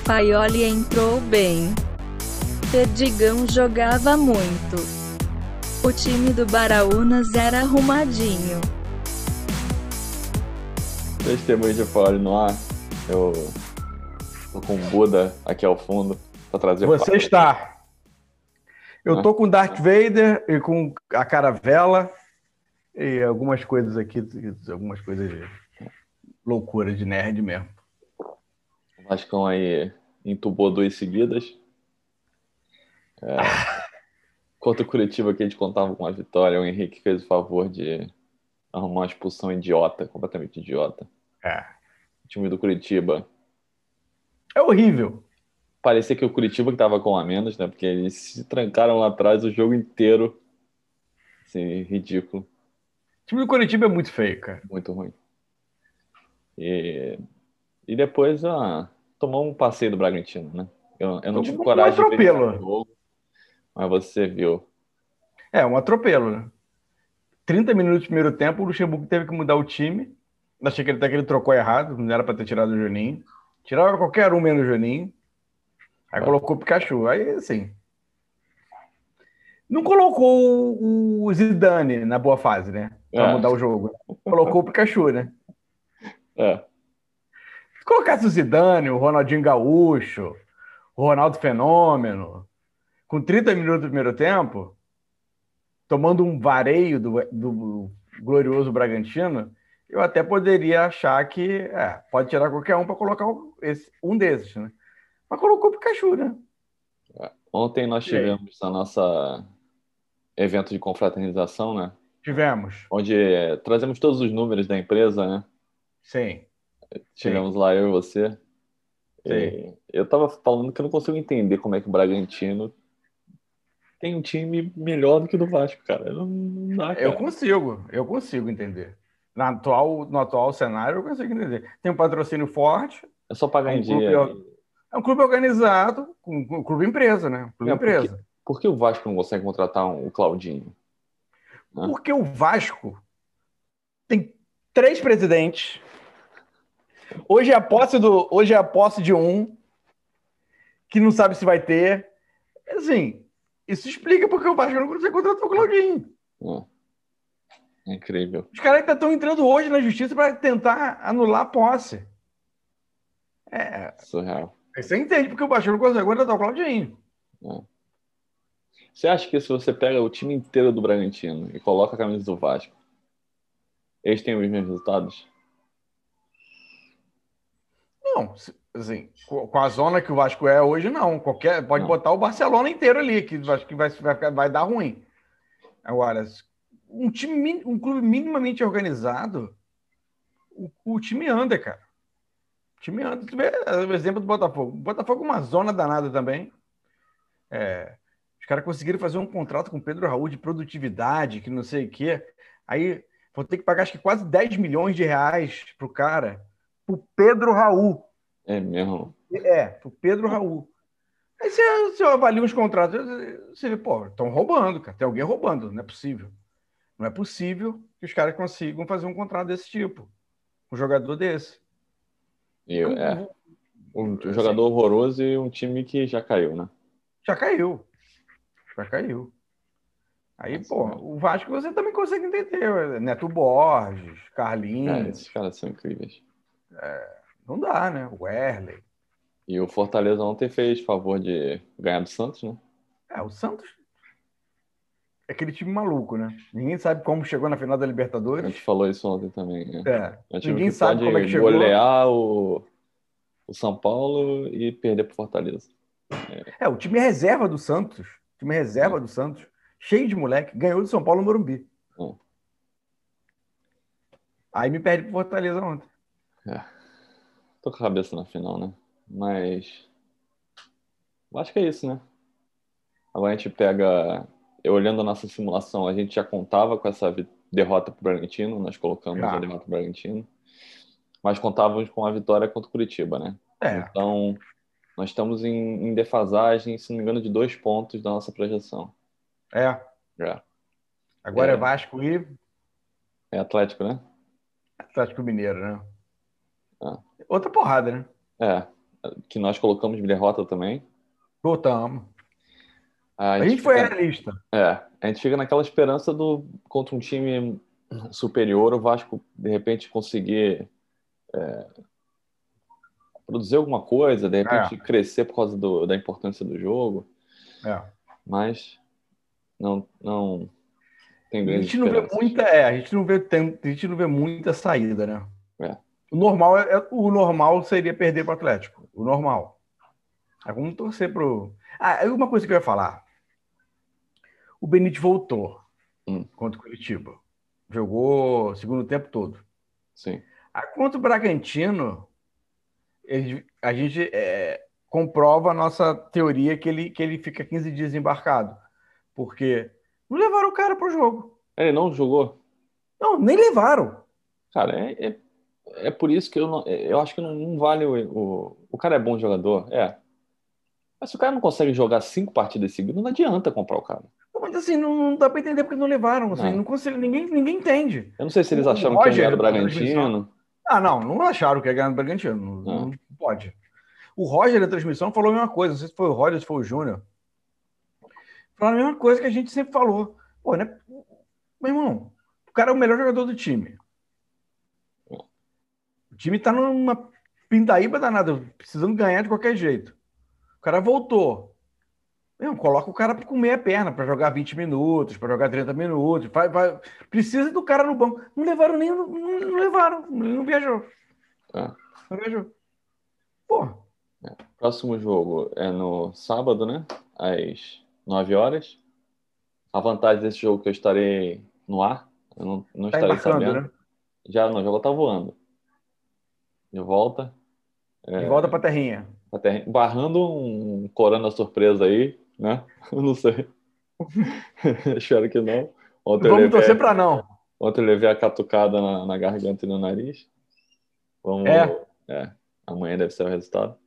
Paioli entrou bem. Perdigão jogava muito. O time do Baraunas era arrumadinho. Testemunho de Paioli no ar. Eu tô com o Buda aqui ao fundo pra trazer Você papo. está. Eu tô com o Darth Vader e com a caravela e algumas coisas aqui, algumas coisas de loucura de nerd mesmo. O Vascão aí entubou 2 seguidas. Contra o Curitiba, que a gente contava com a vitória, o Henrique fez o favor de arrumar uma expulsão idiota, completamente idiota. É. O time do Curitiba. É horrível. Parecia que o Curitiba que tava com a menos, né? Porque eles se trancaram lá atrás o jogo inteiro. Assim, ridículo. O time do Curitiba é muito feio, cara. Muito ruim. E depois tomou um passeio do Bragantino, né? Eu não tive coragem de ver esse jogo, mas você viu. É, um atropelo, né? 30 minutos do primeiro tempo, o Luxemburgo teve que mudar o time. Achei que ele trocou errado, não era para ter tirado o Juninho. Tirava qualquer um menos o Juninho. Aí colocou o Pikachu. Aí, assim... Não colocou o Zidane na boa fase, né? Pra mudar o jogo. Colocou o Pikachu, né? Se colocasse o Zidane, o Ronaldinho Gaúcho, o Ronaldo Fenômeno, com 30 minutos do primeiro tempo, tomando um vareio do glorioso Bragantino, eu até poderia achar que pode tirar qualquer um para colocar um desses, né? Mas colocou o Pikachu, né? Ontem nós tivemos a nossa evento de confraternização, né? Tivemos. Onde trazemos todos os números da empresa, né? Sim. Tivemos lá eu e você. Sim. Eu tava falando que eu não consigo entender como é que o Bragantino tem um time melhor do que o do Vasco, cara. Não dá, cara. Eu consigo entender. No atual cenário, eu consigo entender. Tem um patrocínio forte. É só pagar em dia. É um clube organizado, um clube empresa, né? Clube empresa. Por que o Vasco não consegue contratar o Claudinho? Porque o Vasco tem 3 presidentes. Hoje é a posse de um que não sabe se vai ter. Assim, isso explica porque o Vasco não consegue contratar o Claudinho. É incrível. Os caras ainda estão entrando hoje na justiça para tentar anular a posse. Surreal. Aí você entende porque o Vasco não consegue contratar o Claudinho. Você acha que se você pega o time inteiro do Bragantino e coloca a camisa do Vasco, eles têm os mesmos resultados? Não, assim, com a zona que o Vasco é hoje, não. Pode botar o Barcelona inteiro ali, que acho que vai dar ruim. Agora, um clube minimamente organizado, o time anda, cara. O time anda. Tu vê o exemplo do Botafogo. O Botafogo é uma zona danada também. Os caras conseguiram fazer um contrato com o Pedro Raul de produtividade, que não sei o quê. Aí vão ter que pagar acho que quase 10 milhões de reais pro cara, pro Pedro Raul. É mesmo? Pro Pedro Raul. Aí você avalia os contratos, você vê, pô, estão roubando, cara. Tem alguém roubando, não é possível. Não é possível que os caras consigam fazer um contrato desse tipo. Um jogador desse. Um jogador horroroso e um time que já caiu, né? Já caiu. Aí, o Vasco você também consegue entender. Neto Borges, Carlinhos. Esses caras são incríveis. Não dá, né? O Werley. E o Fortaleza ontem fez favor de ganhar do Santos, né? O Santos é aquele time maluco, né? Ninguém sabe como chegou na final da Libertadores. A gente falou isso ontem também. Né? Ninguém sabe como é que chegou. Golear o São Paulo e perder pro Fortaleza. O time é reserva do Santos. Do Santos. Cheio de moleque. Ganhou do São Paulo no Morumbi. Aí me perde pro Fortaleza ontem. Tô com a cabeça na final, né? Mas acho que é isso, né? Agora a gente pega... olhando a nossa simulação, a gente já contava com essa derrota pro Bragantino. Nós colocamos a derrota pro Bragantino. Mas contávamos com a vitória contra o Curitiba, né? Então, nós estamos em defasagem, se não me engano, de 2 pontos da nossa projeção. Agora é Vasco e... É Atlético, né? Atlético Mineiro, né? Outra porrada, né? que nós colocamos de derrota também. Voltamos. A A gente foi realista. A gente fica naquela esperança contra um time superior, o Vasco, de repente, conseguir produzir alguma coisa, de repente crescer por causa da importância do jogo. Mas não tem grande esperança. A gente não vê muita saída, né? O normal seria perder para o Atlético. O normal. Vamos torcer pro. Uma coisa que eu ia falar. O Benítez voltou contra o Curitiba. Jogou o segundo tempo todo. Sim. Contra o Bragantino, a gente comprova a nossa teoria que ele fica 15 dias embarcado. Porque não levaram o cara pro jogo. Ele não jogou? Não, nem levaram. Cara, é por isso que eu acho que não vale o cara é bom jogador, mas se o cara não consegue jogar 5 partidas seguidas, não adianta comprar o cara. Mas assim, não dá pra entender porque não levaram. Assim, não consegue, ninguém entende. Eu não sei se eles acharam que ia ganhar do Bragantino. Não acharam que ia ganhar do Bragantino. Não pode. O Roger da transmissão falou a mesma coisa. Não sei se foi o Roger ou se foi o Júnior. Falou a mesma coisa que a gente sempre falou. Pô, né? Meu irmão, o cara é o melhor jogador do time. O time tá numa pindaíba danada, precisando ganhar de qualquer jeito. O cara voltou. Coloca o cara para comer a perna, para jogar 20 minutos, para jogar 30 minutos. Precisa do cara no banco. Não levaram nem. Não levaram. Não viajou. Não viajou. Pô. Próximo jogo é no sábado, né? Às 9 horas. A vantagem desse jogo é que eu estarei no ar. Eu não estarei sabendo. Né? Já vou estar voando. De volta. De volta para terrinha. Barrando um Corona surpresa aí, né? Eu não sei. Espero que não. Vamos torcer para não. Ontem eu levei a catucada na garganta e no nariz. Amanhã deve ser o resultado.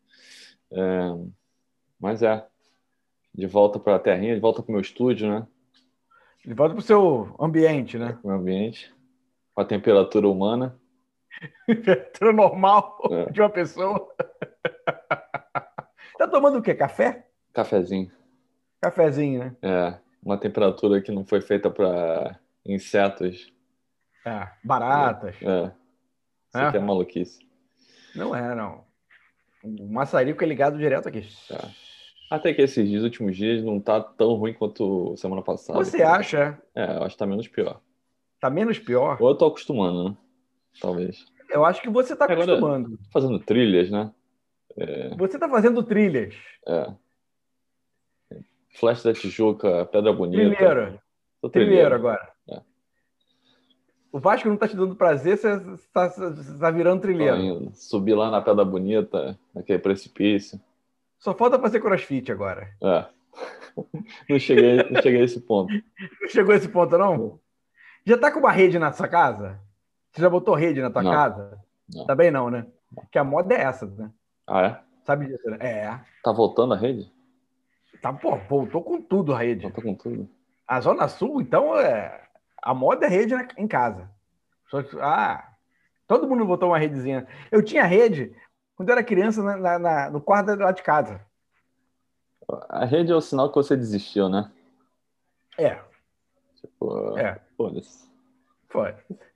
Mas de volta para a terrinha, de volta para o meu estúdio, né? De volta para o seu ambiente, né? Meu ambiente. Com a temperatura humana. Temperatura normal de uma pessoa. Tá tomando o quê? Café? Cafezinho. Cafezinho, né? Uma temperatura que não foi feita para insetos. Baratas. Isso aqui é maluquice. Não é, não. O maçarico é ligado direto aqui. Até que esses últimos dias não tá tão ruim quanto semana passada. Você acha? Eu acho que tá menos pior. Tá menos pior? Ou eu tô acostumando, né? Talvez. Eu acho que você tá acostumando. Tô fazendo trilhas, né? Você tá fazendo trilhas. Flash da Tijuca, Pedra Bonita. Trilheiro agora. O Vasco não tá te dando prazer, você tá virando trilheiro. Subir lá na Pedra Bonita, naquele precipício. Só falta fazer crossfit agora. Não cheguei a esse ponto. Não chegou a esse ponto, não? Já tá com uma rede na sua casa? Você já botou rede na tua casa? Não. Também não, né? Que a moda é essa, né? Sabe disso, né? Tá voltando a rede? Voltou com tudo a rede. Voltou com tudo. A Zona Sul, então, a moda é rede em casa. Todo mundo botou uma redezinha. Eu tinha rede quando eu era criança no quarto lá de casa. A rede é o sinal que você desistiu, né? Foda-se. Foi.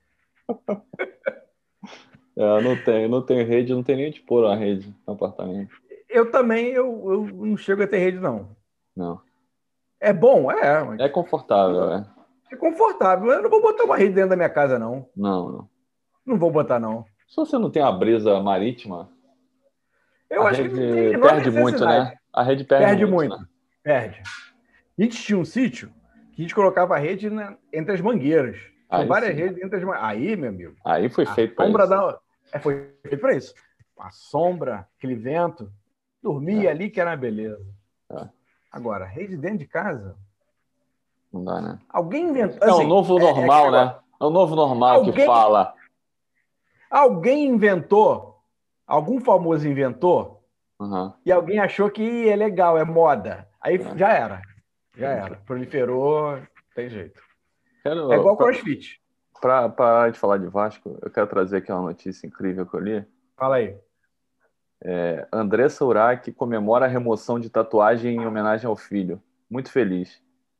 Não tenho rede, não tenho nem de pôr uma rede no apartamento. Eu também, eu não chego a ter rede, não. Não. É bom? Mas... É confortável, É confortável. Eu não vou botar uma rede dentro da minha casa, não. Não. Não vou botar, não. Se você não tem a brisa marítima, eu acho que perde muito, né? A rede perde muito. Né? Perde. A gente tinha um sítio que a gente colocava a rede entre as mangueiras. São várias redes entre as mangueiras. Aí, meu amigo. Aí foi feito para isso. Foi feito para isso. A sombra, aquele vento. Dormia ali que era uma beleza. Agora, rede dentro de casa... Não dá, né? Alguém inventou... É o novo normal, né? É o novo normal que fala. Alguém inventou, algum famoso inventou, e alguém achou que é legal, é moda. Aí já era. Proliferou, tem jeito. É igual CrossFit. Para parar de falar de Vasco, eu quero trazer aqui uma notícia incrível que eu li. Fala aí. Andressa Urach comemora a remoção de tatuagem em homenagem ao filho. Muito feliz.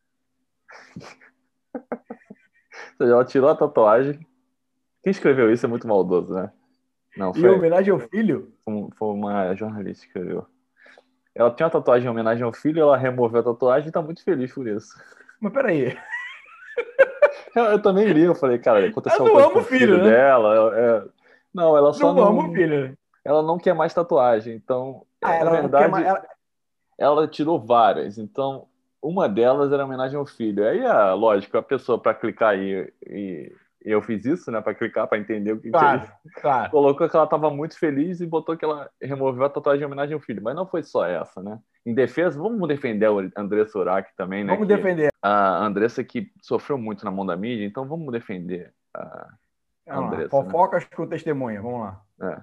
Ou seja, ela tirou a tatuagem. Quem escreveu isso é muito maldoso, né? Não, Em homenagem ao filho? Foi uma jornalista que escreveu. Ela tinha uma tatuagem em homenagem ao filho, ela removeu a tatuagem e tá muito feliz por isso. Mas peraí. Eu também li, eu falei, cara, aconteceu Ela uma não coisa com ama o o filho, né? dela. Não, ela só Não ama o não. filho, né? Ela não quer mais tatuagem. Então, na Ela não quer verdade, mais. ela tirou várias. Então, uma delas era homenagem ao filho. Aí, lógico, a pessoa para clicar aí, e eu fiz isso, né, para clicar, para entender o que é Claro, isso. claro. Colocou que ela estava muito feliz e botou que ela removeu a tatuagem em homenagem ao filho. Mas não foi só essa, né? Em defesa, vamos defender a Andressa Urach também, né? Vamos defender. A Andressa que sofreu muito na mão da mídia, então vamos defender a Vamos lá. Andressa, né? Fofocas com testemunha, vamos lá.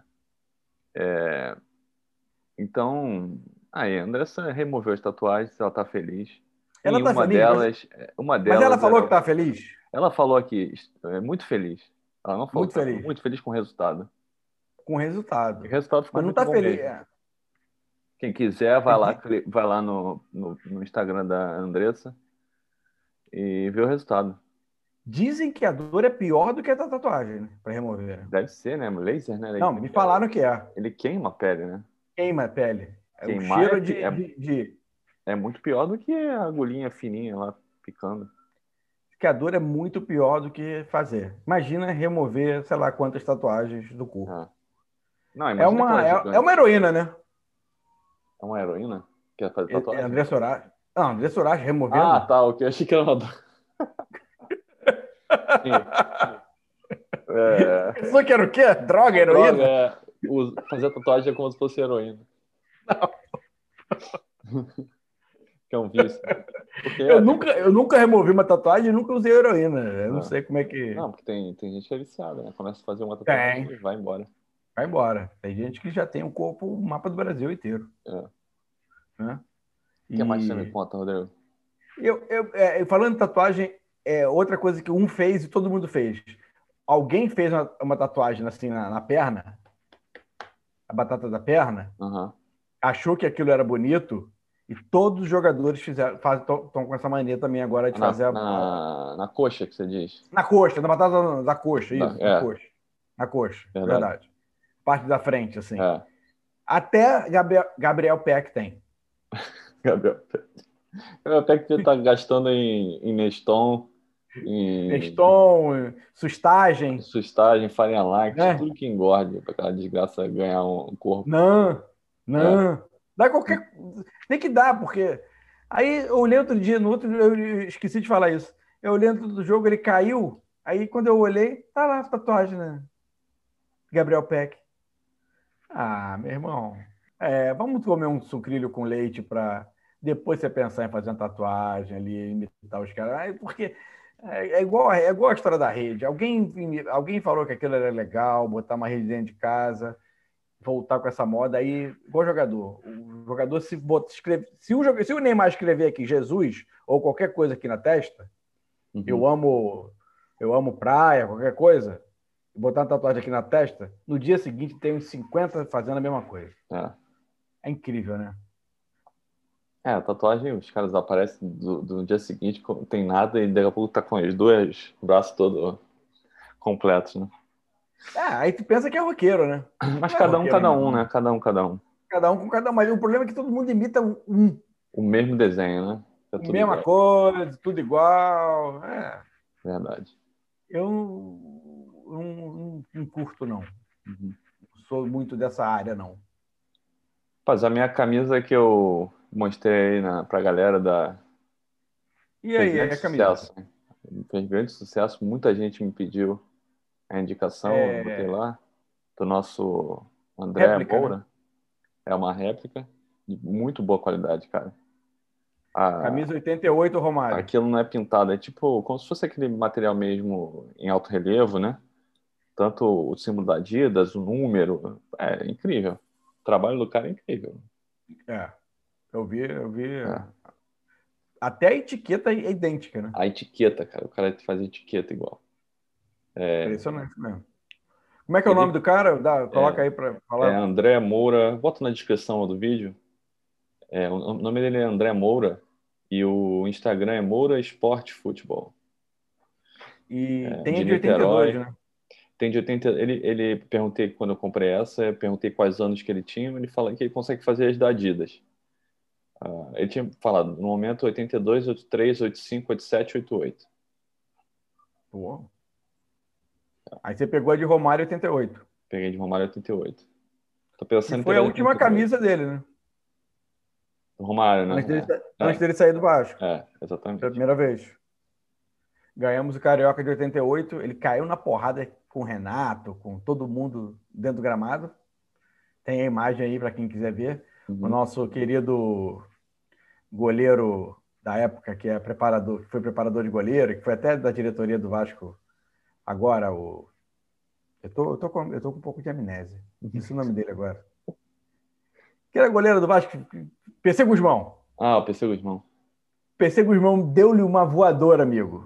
Então, aí, a Andressa removeu as tatuagens, ela tá feliz. Ela E tá feliz, uma mas delas ela falou era- que tá feliz? ela falou aqui, é muito feliz. Ela não falou Muito que tá feliz. muito feliz com o resultado. Com o resultado. O resultado ficou Mas não muito tá bom feliz. mesmo. Quem quiser, vai lá no Instagram da Andressa e vê o resultado. Dizem que a dor é pior do que a da tatuagem, né? Pra remover. Deve ser, né? Laser, né? Não, me falaram que é. Ele queima a pele, né? Queima a pele. É o Queimar cheiro de. é muito pior do que a agulhinha fininha lá picando. Que a dor é muito pior do que fazer. Imagina remover, sei lá, quantas tatuagens do corpo. Ah. Não, É imagina uma, aquela é, gigante. é uma heroína, né? É uma heroína? Quer fazer tatuagem? Andressa Urach. Não, Andressa Urach removendo. Ah, tá. O que eu achei que era uma. Pensou que era o quê? Droga, heroína? Droga, fazer tatuagem é como se fosse heroína. Não. Que é um vício. Porque Eu nunca removi uma tatuagem e nunca usei heroína. Eu não Ah. sei como é que. Não, porque tem gente que é viciada, né? Começa a fazer uma tatuagem e vai embora. Vai embora. Tem gente que já tem um corpo, o mapa do Brasil inteiro. Né? O que mais você me conta, Rodrigo? Falando em tatuagem, outra coisa que um fez e todo mundo fez. Alguém fez uma tatuagem assim na perna, a batata da perna, achou que aquilo era bonito e todos os jogadores estão com essa mania também agora de fazer na coxa que você diz? Na coxa, na batata da coxa, isso, na coxa, verdade. Parte da frente, assim. Até Gabriel Peck tem. Gabriel Peck devia estar gastando em Neston, sustagem, farinha láctea, tudo que engorde para aquela desgraça ganhar um corpo. Não. Dá qualquer. Tem que dar, porque. Aí eu olhei outro dia, eu esqueci de falar isso. Eu olhei do jogo, ele caiu. Aí quando eu olhei, tá lá a tatuagem, né? Gabriel Peck. Ah, meu irmão. Vamos comer um sucrilho com leite para depois você pensar em fazer uma tatuagem ali, imitar os caras. Porque é igual a história da rede. Alguém falou que aquilo era legal, botar uma rede dentro de casa, voltar com essa moda aí, igual jogador. O jogador, se o Neymar escrever aqui Jesus ou qualquer coisa aqui na testa, eu amo praia, qualquer coisa, botar uma tatuagem aqui na testa, no dia seguinte tem uns 50 fazendo a mesma coisa. É incrível, né? A tatuagem, os caras aparecem do dia seguinte, não tem nada, e daqui a pouco tá com os dois braços todos completos, né? Aí tu pensa que é roqueiro, né? Mas cada um, né? Cada um. Cada um com cada um. Mas o problema é que todo mundo imita um. O mesmo desenho, né? Mesma coisa, tudo igual. Verdade. Eu não curto, não. Não sou muito dessa área, não. Rapaz, a minha camisa que eu mostrei aí pra galera da... E aí, a camisa? Fez grande sucesso. Muita gente me pediu a indicação, eu botei lá, do nosso André réplica, Moura. Né? É uma réplica de muito boa qualidade, cara. Camisa 88, Romário. Aquilo não é pintado, é tipo como se fosse aquele material mesmo em alto relevo, né? Tanto o símbolo da Adidas, o número, é incrível. O trabalho do cara é incrível. Eu vi. Até a etiqueta é idêntica, né? A etiqueta, cara, o cara faz etiqueta igual. Impressionante mesmo. Como é que é o nome Ele do cara? Coloca aí para é falar. André Moura. Bota na descrição do vídeo. O nome dele é André Moura e o Instagram é Moura Esporte Futebol. E tem a De de 82, Niterói. né? Tem de 80. Ele perguntei quando eu comprei essa, eu perguntei quais anos que ele tinha. Ele fala que ele consegue fazer as da Adidas. Ele tinha falado, no momento, 82, 83, 85, 87, 88. Pô. Aí você pegou a de Romário 88. Peguei de Romário 88. Tô Que pensando em foi a pegar de última 82. camisa dele, né? Do Romário, Antes dele sair do Vasco. Exatamente. Pela primeira vez. Ganhamos o Carioca de 88. Ele caiu na porrada com o Renato, com todo mundo dentro do gramado. Tem a imagem aí para quem quiser ver. O nosso querido goleiro da época, que foi preparador de goleiro, que foi até da diretoria do Vasco agora, eu tô com um pouco de amnésia. Esse é o nome dele agora. Que era goleiro do Vasco, PC Guzmão. O PC Guzmão. PC Guzmão deu-lhe uma voadora, amigo.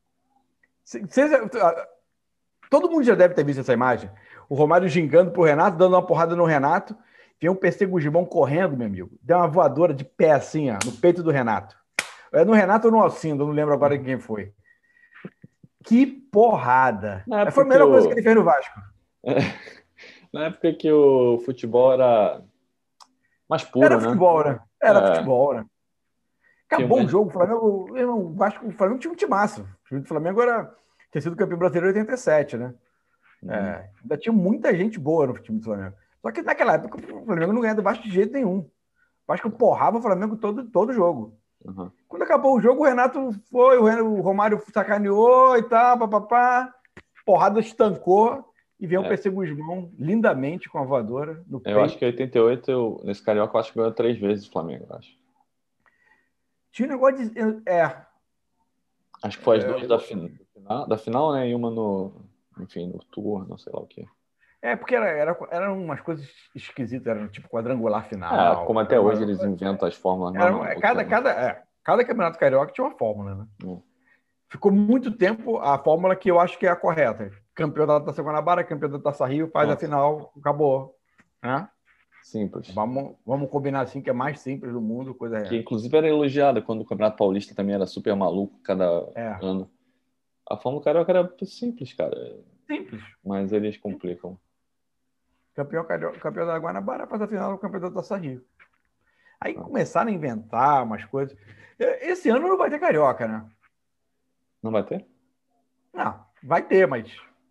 Todo mundo já deve ter visto essa imagem. O Romário gingando pro Renato, dando uma porrada no Renato. Vem um PC Guzmão correndo, meu amigo. Deu uma voadora de pé assim, ó, no peito do Renato. É no Renato ou no Alcindo, eu não lembro agora quem foi. Que porrada. Foi a melhor coisa que ele fez no Vasco. Na época que o futebol era mais puro, Era futebol, né? Era futebol, né? Acabou o jogo, o Flamengo, o Vasco, o Flamengo tinha um timaço. O time do Flamengo tinha sido campeão brasileiro em 87, né? Ainda tinha muita gente boa no time do Flamengo. Só que naquela época o Flamengo não ganhava do Vasco de jeito nenhum. O Vasco porrava o Flamengo todo jogo. Quando acabou o jogo, o Renato foi, o Romário sacaneou e tal, papapá. Porrada estancou e veio o PC Guzmão lindamente com a voadora no peito. Eu acho que em 88, nesse Carioca, eu acho que ganhou 3 vezes o Flamengo, eu acho. Tinha um negócio de... Acho que foi as 2 da final, né? E uma no tour, não sei lá o quê. Porque eram umas coisas esquisitas, era tipo quadrangular final. Como até hoje eles inventam as fórmulas. Cada campeonato carioca tinha uma fórmula, né? Ficou muito tempo a fórmula que eu acho que é a correta. Campeão da Taça Guanabara, campeão da Taça Rio, faz a final, acabou. Né? Simples. Vamos combinar assim, que é mais simples do mundo, coisa que inclusive era elogiada quando o Campeonato Paulista também era super maluco cada ano. A fórmula carioca era simples, cara. Simples. Mas eles complicam. Campeão da Guanabara faz a final do campeão da Taça Rio. Aí começaram a inventar umas coisas. Esse ano não vai ter carioca, né? Não vai ter? Não, vai ter, mas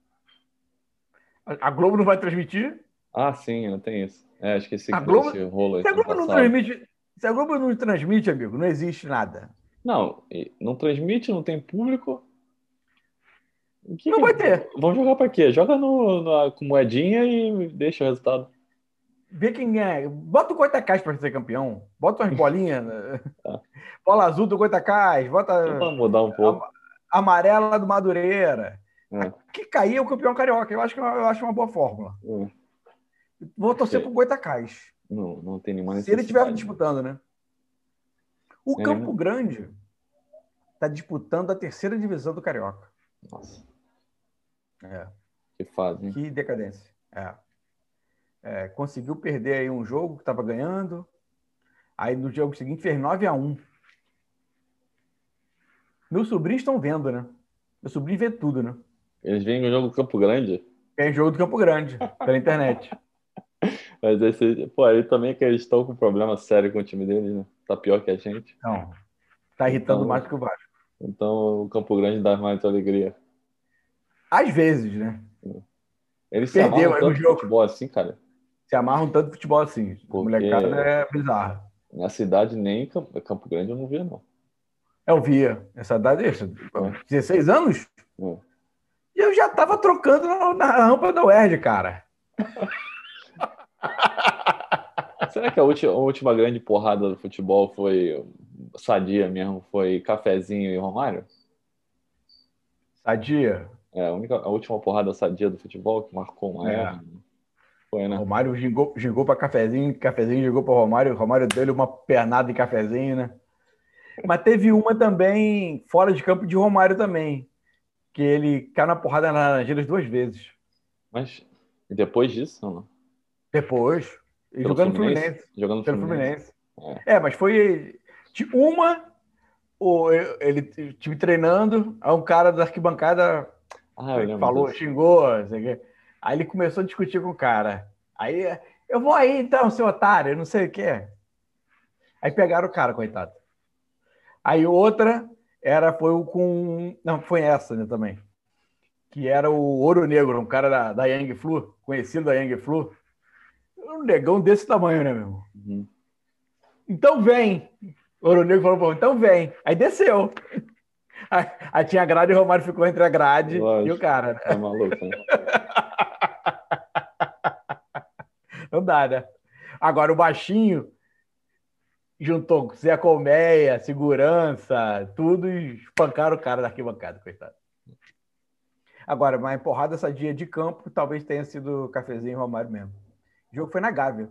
a Globo não vai transmitir. Sim, não tem isso. Esqueci que Globo, esse rolo aí. Se a Globo não transmite, se a Globo não transmite, amigo, não existe nada. Não transmite, não tem público. Não vai ter. Vamos jogar pra quê? Joga com moedinha e deixa o resultado. Vê quem ganha. Bota o Goitacás para ser campeão. Bota umas bolinhas. Bola azul do Goitacás. Bota. Vamos mudar um pouco. Amarela do Madureira. Que cair é o campeão carioca. Eu acho uma boa fórmula. Vou torcer pro Goitacás. Não tem nenhuma necessidade. Se ele estiver disputando, né? O Campo Grande está disputando a 3ª divisão do Carioca. Nossa. Que fase, hein? Que decadência. Conseguiu perder aí um jogo que estava ganhando. Aí no jogo seguinte fez 9-1. Meus sobrinhos estão vendo, né? Meu sobrinho vê tudo, né? Eles veem o jogo do Campo Grande? Tem jogo do Campo Grande, pela internet. Mas aí também que eles estão com problema sério com o time deles, né? Tá pior que a gente. Não. Tá irritando mais do que o Vasco. Então o Campo Grande dá mais alegria. Às vezes, né? Eles se amarram tanto futebol assim, cara. Se amarram tanto futebol assim. A molecada é bizarra. Na cidade, nem Campo Grande eu não via, não. Eu via. Essa idade, 16 anos? E eu já tava trocando na rampa da UERJ, cara. Será que a última grande porrada do futebol foi sadia mesmo? Foi Cafezinho e Romário? Sadia? A última porrada sadia do futebol que marcou uma época. Foi, né? Romário gingou para Cafezinho gingou para Romário deu-lhe uma pernada em Cafezinho, né? Mas teve uma também fora de campo de Romário também, que ele caiu na porrada nas Laranjeiras 2 vezes. Mas E depois disso, não? Depois, Pelo jogando no Fluminense? Fluminense. Jogando no Pelo Fluminense. Fluminense. Mas foi de uma, ele tive treinando, aí um cara da arquibancada Eu lembro falou, disso. xingou, não sei o quê. Aí ele começou a discutir com o cara. Aí, eu vou aí então, seu otário, não sei o quê. Aí pegaram o cara, coitado. Aí outra não, foi essa, né, também. Que era o Ouro Negro, um cara da Yang Flu, conhecido da Yang Flu. Um negão desse tamanho, né, meu irmão? Uhum. Então vem. O Ouro Negro falou, então vem. Aí desceu. Aí tinha a grade e o Romário ficou entre a grade e o cara. Né? É maluco, né? Não dá, né? Agora o baixinho juntou Zé Colmeia, segurança, tudo e espancaram o cara da arquibancada, coitado. Agora, uma empurrada essa dia de campo talvez tenha sido o Cafezinho e Romário mesmo. O jogo foi na Gávea.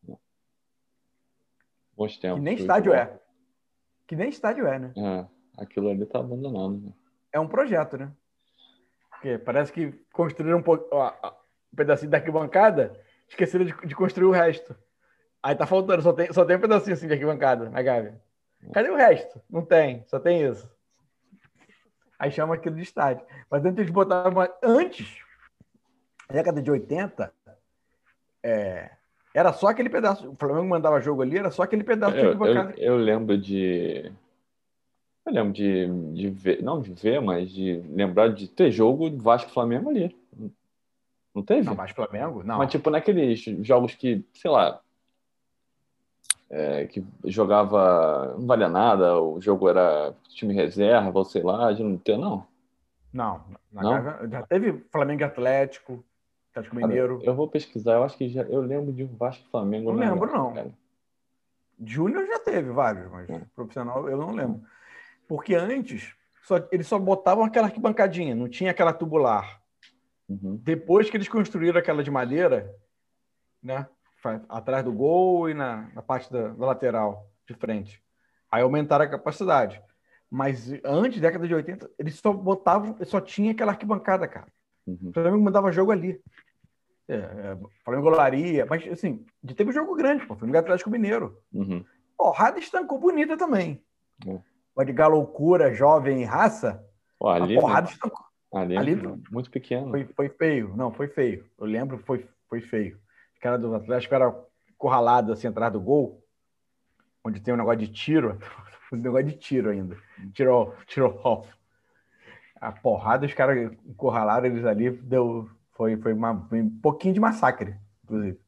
Bons tempos. Que nem estádio é. Que nem estádio é, né? Aquilo ali tá abandonado. Né? É um projeto, né? Porque parece que construíram um pedacinho da arquibancada, esqueceram de construir o resto. Aí tá faltando, só tem um pedacinho assim de arquibancada na Gávea. Cadê o resto? Não tem, só tem isso. Aí chama aquilo de estádio. Mas antes eles botavam. Antes, na década de 80, era só aquele pedaço. O Flamengo mandava jogo ali, era só aquele pedaço de arquibancada. Eu lembro de. Eu lembro de ver, não de ver, mas de lembrar de ter jogo Vasco e Flamengo ali. Não teve? Não, mas Flamengo? Não. Mas tipo naqueles jogos que, sei lá, que jogava, não valia nada, o jogo era time reserva, ou sei lá, de não ter, não. Não, Não? Gávea, já teve Flamengo e Atlético Mineiro. Eu vou pesquisar, eu acho que eu lembro de Vasco e Flamengo. Não lembro, não. Cara. Júnior já teve vários, mas profissional eu não lembro. Porque antes, eles só botavam aquela arquibancadinha, não tinha aquela tubular. Uhum. Depois que eles construíram aquela de madeira, né, atrás do gol e na parte da lateral de frente, aí aumentaram a capacidade. Mas antes, década de 80, eles só tinha aquela arquibancada, cara. Uhum. O Flamengo mandava jogo ali. Flamengo golaria, mas assim, teve um jogo grande, pô, Flamengo Atlético Mineiro. Uhum. Porrada estancou bonita também. Pode ligar loucura, jovem e raça. Ali, a porrada estancou. Ali muito pequeno. Foi feio. Não, foi feio. Eu lembro, foi feio. O cara do Atlético era encurralado assim atrás do gol, onde tem um negócio de tiro. Um negócio de tiro ainda. Tirou off. A porrada, os caras encurralaram eles ali, foi um pouquinho de massacre, inclusive.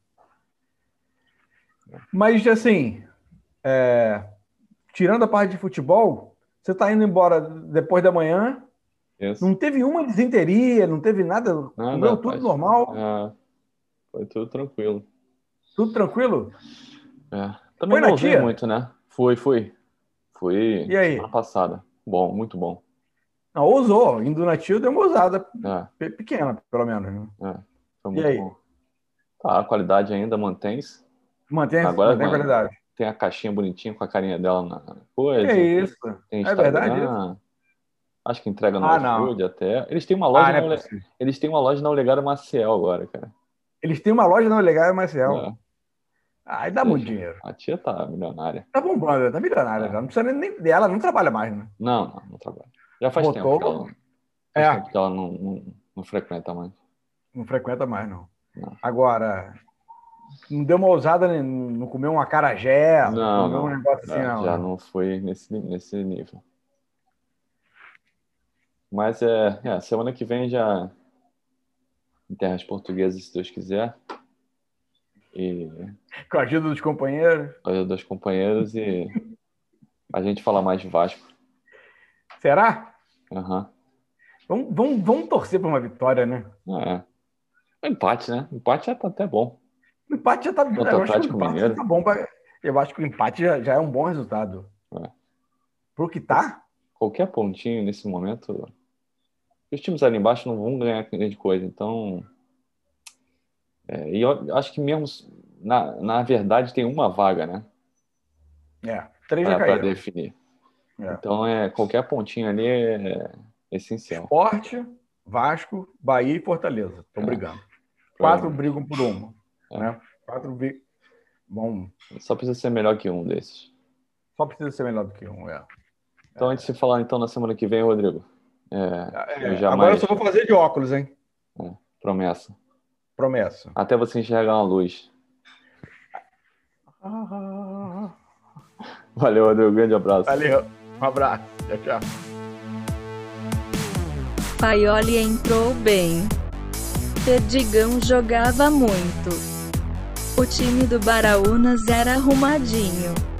Mas, assim, tirando a parte de futebol, você está indo embora depois da manhã, Isso. Não teve uma desinteria, não teve nada, comeu tudo normal. Foi tudo tranquilo. Tudo tranquilo? Também não usei muito, né? Fui. E aí? Semana passada. Bom, muito bom. Não, usou. Indo na tia, deu uma usada pequena, pelo menos. Né? Foi muito bom. Tá, a qualidade ainda mantém-se. Mantém a qualidade. Tem a caixinha bonitinha com a carinha dela na coisa. É isso. Tem é verdade isso? Acho que entrega no iFood até. Eles têm uma loja eles têm uma loja na Olegário Maciel agora, cara. Eles têm uma loja na Olegário Maciel. Aí dá muito dinheiro. A tia tá milionária. Tá bombando, tá milionária. Já. Não precisa nem dela, não trabalha mais, né? Não trabalha. Já faz tempo que ela não frequenta mais. Não frequenta mais, não. Agora, não deu uma ousada, não comeu um acarajé, não comeu um negócio assim, não. Já não foi nesse nível. Mas semana que vem já em terras portuguesas, se Deus quiser. E com a ajuda dos companheiros. Com a ajuda dos companheiros e a gente fala mais de Vasco. Será? Uhum. Vamos torcer para uma vitória, né? Um empate, né? Empate já tá até bom. O empate já tá bom. Eu acho que o empate já tá bom. Eu acho que o empate já é um bom resultado. Pro que tá? Qualquer pontinho nesse momento. Os times ali embaixo não vão ganhar grande coisa. Então. E eu acho que mesmo. Na verdade, tem uma vaga, né? 3 já caíram. Para definir. Então, qualquer pontinho ali é essencial. Sport, Vasco, Bahia e Fortaleza. Estão brigando. 4 brigam por uma. É. Né? 4 brigam. Bom, Só precisa ser melhor que um desses. só precisa ser melhor do que um, Então, antes de falar então na semana que vem, Rodrigo, eu jamais... Agora eu só vou fazer de óculos, hein? Promessa. Promessa. Até você enxergar uma luz. Valeu, Rodrigo. Grande abraço. Valeu. Um abraço. Tchau, tchau. Paioli entrou bem. Perdigão jogava muito. O time do Baraunas era arrumadinho.